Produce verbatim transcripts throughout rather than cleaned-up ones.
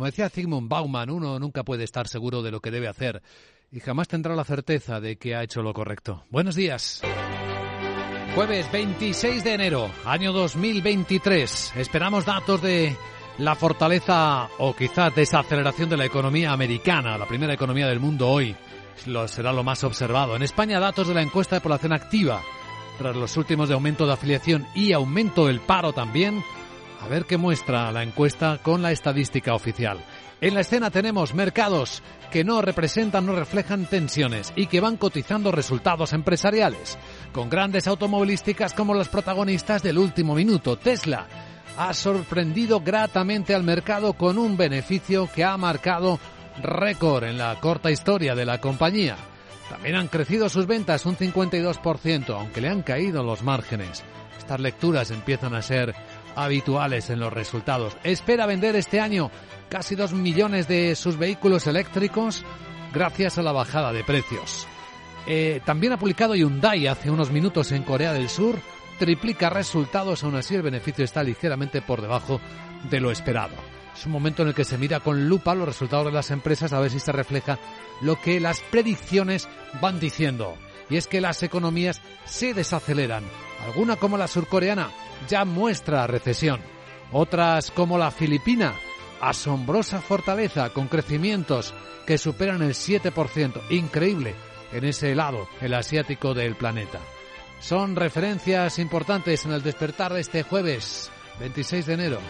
Como decía Zygmunt Bauman, uno nunca puede estar seguro de lo que debe hacer y jamás tendrá la certeza de que ha hecho lo correcto. Buenos días. Jueves veintiséis de enero, año dos mil veintitrés. Esperamos datos de la fortaleza o quizás desaceleración de la economía americana, la primera economía del mundo hoy. Lo será lo más observado. En España, datos de la encuesta de población activa, tras los últimos de aumento de afiliación y aumento del paro también. A ver qué muestra la encuesta con la estadística oficial. En la escena tenemos mercados que no representan, no reflejan tensiones y que van cotizando resultados empresariales, con grandes automovilísticas como las protagonistas del último minuto. Tesla ha sorprendido gratamente al mercado con un beneficio que ha marcado récord en la corta historia de la compañía. También han crecido sus ventas un cincuenta y dos por ciento, aunque le han caído los márgenes. Estas lecturas empiezan a ser habituales en los resultados. Espera vender este año casi dos millones de sus vehículos eléctricos gracias a la bajada de precios. Eh, también ha publicado Hyundai hace unos minutos en Corea del Sur. Triplica resultados, aún así el beneficio está ligeramente por debajo de lo esperado. Es un momento en el que se mira con lupa los resultados de las empresas a ver si se refleja lo que las predicciones van diciendo. Y es que las economías se desaceleran. Alguna, como la surcoreana, ya muestra recesión. Otras, como la filipina, asombrosa fortaleza con crecimientos que superan el siete por ciento. Increíble en ese lado, el asiático del planeta. Son referencias importantes en el despertar de este jueves veintiséis de enero.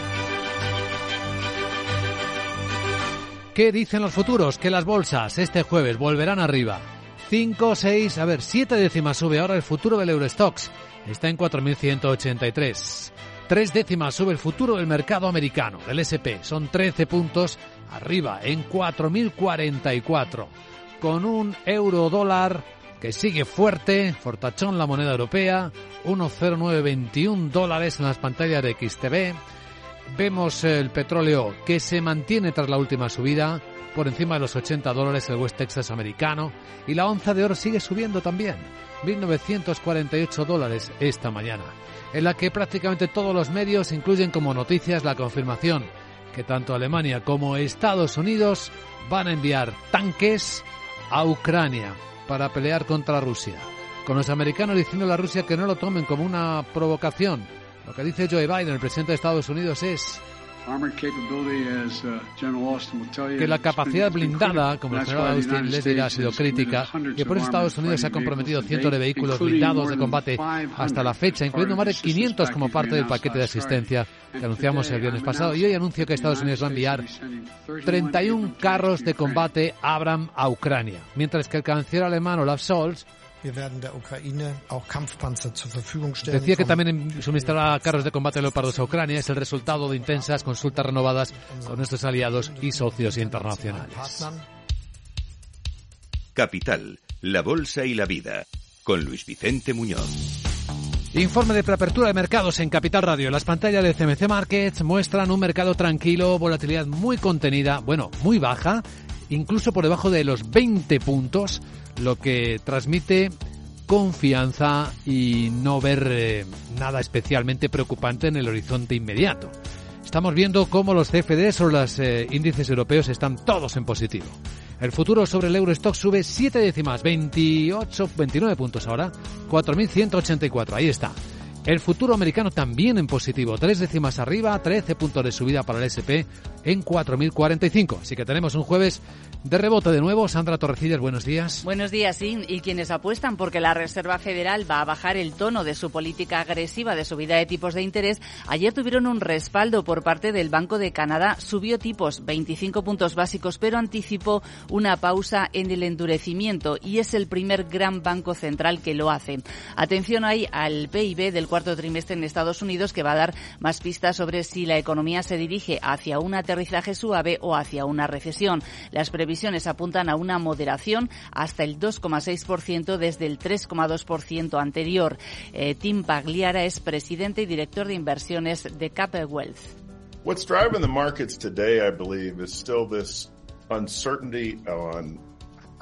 ¿Qué dicen los futuros? Que las bolsas este jueves volverán arriba. cinco, seis, a ver, siete décimas sube ahora el futuro del Eurostoxx. Está en cuatro mil ciento ochenta y tres. Tres décimas sube el futuro del mercado americano, del ese and pe. Son trece puntos arriba, en cuatro mil cuarenta y cuatro. Con un euro dólar que sigue fuerte, fortachón la moneda europea, uno coma cero nueve veintiuno dólares en las pantallas de X T V. Vemos el petróleo que se mantiene tras la última subida, por encima de los ochenta dólares el West Texas americano, y la onza de oro sigue subiendo también, mil novecientos cuarenta y ocho dólares esta mañana, en la que prácticamente todos los medios incluyen como noticias la confirmación que tanto Alemania como Estados Unidos van a enviar tanques a Ucrania para pelear contra Rusia, con los americanos diciendo a la Rusia que no lo tomen como una provocación. Lo que dice Joe Biden, el presidente de Estados Unidos, es que la capacidad blindada, como el general Austin les dirá, ha sido crítica, y por eso Estados Unidos se ha comprometido cientos de vehículos blindados de combate hasta la fecha, incluyendo más de quinientos como parte del paquete de asistencia que anunciamos el viernes pasado. Y hoy anuncio que Estados Unidos va a enviar treinta y uno carros de combate Abrams a Ucrania, mientras que el canciller alemán Olaf Scholz decía que también suministrará carros de combate Leopardos a Ucrania. Es el resultado de intensas consultas renovadas con nuestros aliados y socios internacionales. Capital, la bolsa y la vida, con Luis Vicente Muñoz. Informe de preapertura de mercados en Capital Radio. Las pantallas de C M C Markets muestran un mercado tranquilo, volatilidad muy contenida, bueno, muy baja, incluso por debajo de los veinte puntos, lo que transmite confianza y no ver eh, nada especialmente preocupante en el horizonte inmediato. Estamos viendo cómo los C F D sobre los eh, índices europeos están todos en positivo. El futuro sobre el Eurostoxx sube siete décimas, veintiocho, veintinueve puntos ahora, cuatro mil ciento ochenta y cuatro, ahí está. El futuro americano también en positivo, tres décimas arriba, trece puntos de subida para el ese and pe en cuatro mil cuarenta y cinco. Así que tenemos un jueves de rebote de nuevo. Sandra Torrecillas, buenos días. Buenos días, sí. Y quienes apuestan porque la Reserva Federal va a bajar el tono de su política agresiva de subida de tipos de interés, ayer tuvieron un respaldo por parte del Banco de Canadá. Subió tipos veinticinco puntos básicos, pero anticipó una pausa en el endurecimiento y es el primer gran banco central que lo hace. Atención ahí al P I B del cuarto trimestre en Estados Unidos, que va a dar más pistas sobre si la economía se dirige hacia un aterrizaje suave o hacia una recesión. Las previsiones apuntan a una moderación hasta el dos coma seis por ciento desde el tres coma dos por ciento anterior. Eh, Tim Pagliara es presidente y director de inversiones de Capital Wealth. What's driving the markets today, I believe, is still this uncertainty on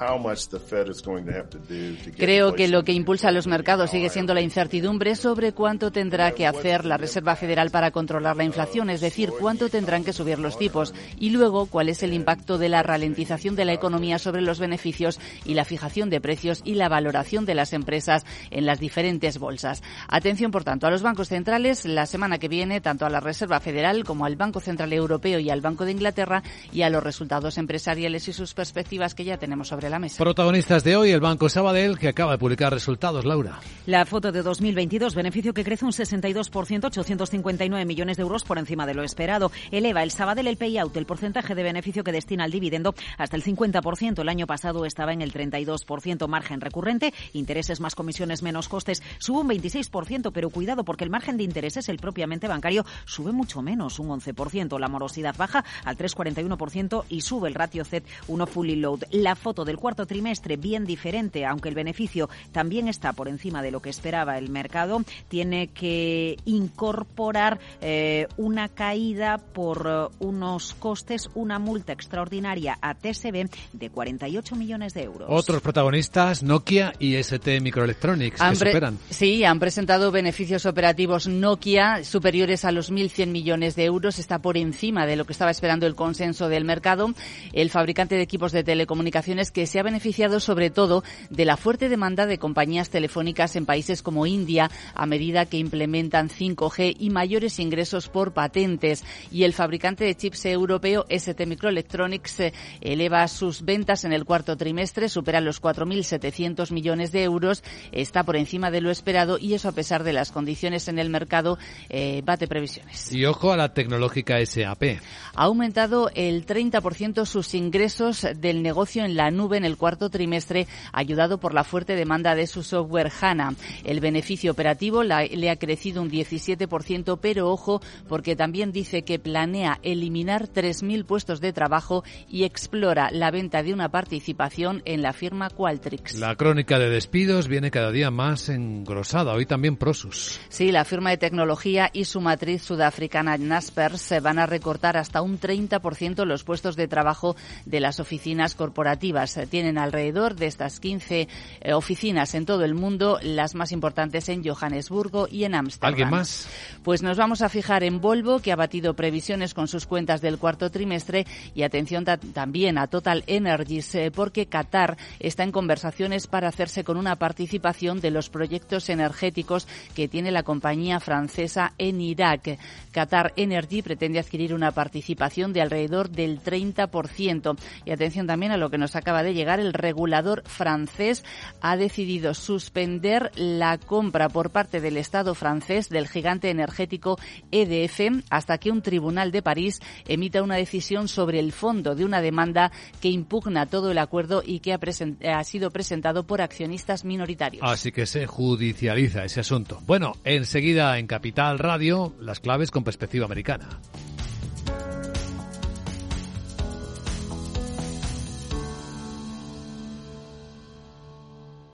Creo que lo que impulsa a los mercados sigue siendo la incertidumbre sobre cuánto tendrá que hacer la Reserva Federal para controlar la inflación, es decir, cuánto tendrán que subir los tipos, y luego cuál es el impacto de la ralentización de la economía sobre los beneficios y la fijación de precios y la valoración de las empresas en las diferentes bolsas. Atención, por tanto, a los bancos centrales la semana que viene, tanto a la Reserva Federal como al Banco Central Europeo y al Banco de Inglaterra, y a los resultados empresariales y sus perspectivas que ya tenemos sobre la mesa. Protagonistas de hoy, el Banco Sabadell, que acaba de publicar resultados. Laura. La foto de dos mil veintidós, beneficio que crece un sesenta y dos por ciento, ochocientos cincuenta y nueve millones de euros por encima de lo esperado. Eleva el Sabadell el payout, el porcentaje de beneficio que destina al dividendo, hasta el cincuenta por ciento. El año pasado estaba en el treinta y dos por ciento. Margen recurrente, intereses más comisiones menos costes, sube un veintiséis por ciento, pero cuidado porque el margen de intereses, el propiamente bancario, sube mucho menos, un once por ciento. La morosidad baja al tres coma cuarenta y uno por ciento y sube el ratio C E T uno fully load. La foto del cuarto trimestre, bien diferente, aunque el beneficio también está por encima de lo que esperaba el mercado, tiene que incorporar eh, una caída por uh, unos costes, una multa extraordinaria a T S B de cuarenta y ocho millones de euros. Otros protagonistas, Nokia y S T Microelectronics, que pre- superan. Sí, han presentado beneficios operativos Nokia superiores a los mil cien millones de euros. Está por encima de lo que estaba esperando el consenso del mercado. El fabricante de equipos de telecomunicaciones, que se ha beneficiado sobre todo de la fuerte demanda de compañías telefónicas en países como India a medida que implementan cinco G y mayores ingresos por patentes. Y el fabricante de chips europeo S T Microelectronics eh, eleva sus ventas en el cuarto trimestre, supera los cuatro mil setecientos millones de euros, está por encima de lo esperado, y eso a pesar de las condiciones en el mercado eh, bate previsiones. Y ojo a la tecnológica S A P. Ha aumentado el treinta por ciento sus ingresos del negocio en la nube en el cuarto trimestre, ayudado por la fuerte demanda de su software HANA. El beneficio operativo la, le ha crecido un diecisiete por ciento, pero ojo, porque también dice que planea eliminar tres mil puestos de trabajo y explora la venta de una participación en la firma Qualtrics. La crónica de despidos viene cada día más engrosada, hoy también Prosus. Sí, la firma de tecnología y su matriz sudafricana Naspers se van a recortar hasta un treinta por ciento los puestos de trabajo de las oficinas corporativas. Tienen alrededor de estas quince eh, oficinas en todo el mundo, las más importantes en Johannesburgo y en Ámsterdam. ¿Alguien más? Pues nos vamos a fijar en Volvo, que ha batido previsiones con sus cuentas del cuarto trimestre, y atención ta- también a Total Energies, eh, porque Qatar está en conversaciones para hacerse con una participación de los proyectos energéticos que tiene la compañía francesa en Irak. Qatar Energy pretende adquirir una participación de alrededor del treinta por ciento. Y atención también a lo que nos acaba de llegar, el regulador francés ha decidido suspender la compra por parte del Estado francés del gigante energético E D F hasta que un tribunal de París emita una decisión sobre el fondo de una demanda que impugna todo el acuerdo y que ha, present- ha sido presentado por accionistas minoritarios. Así que se judicializa ese asunto. Bueno, enseguida en Capital Radio, las claves con perspectiva americana.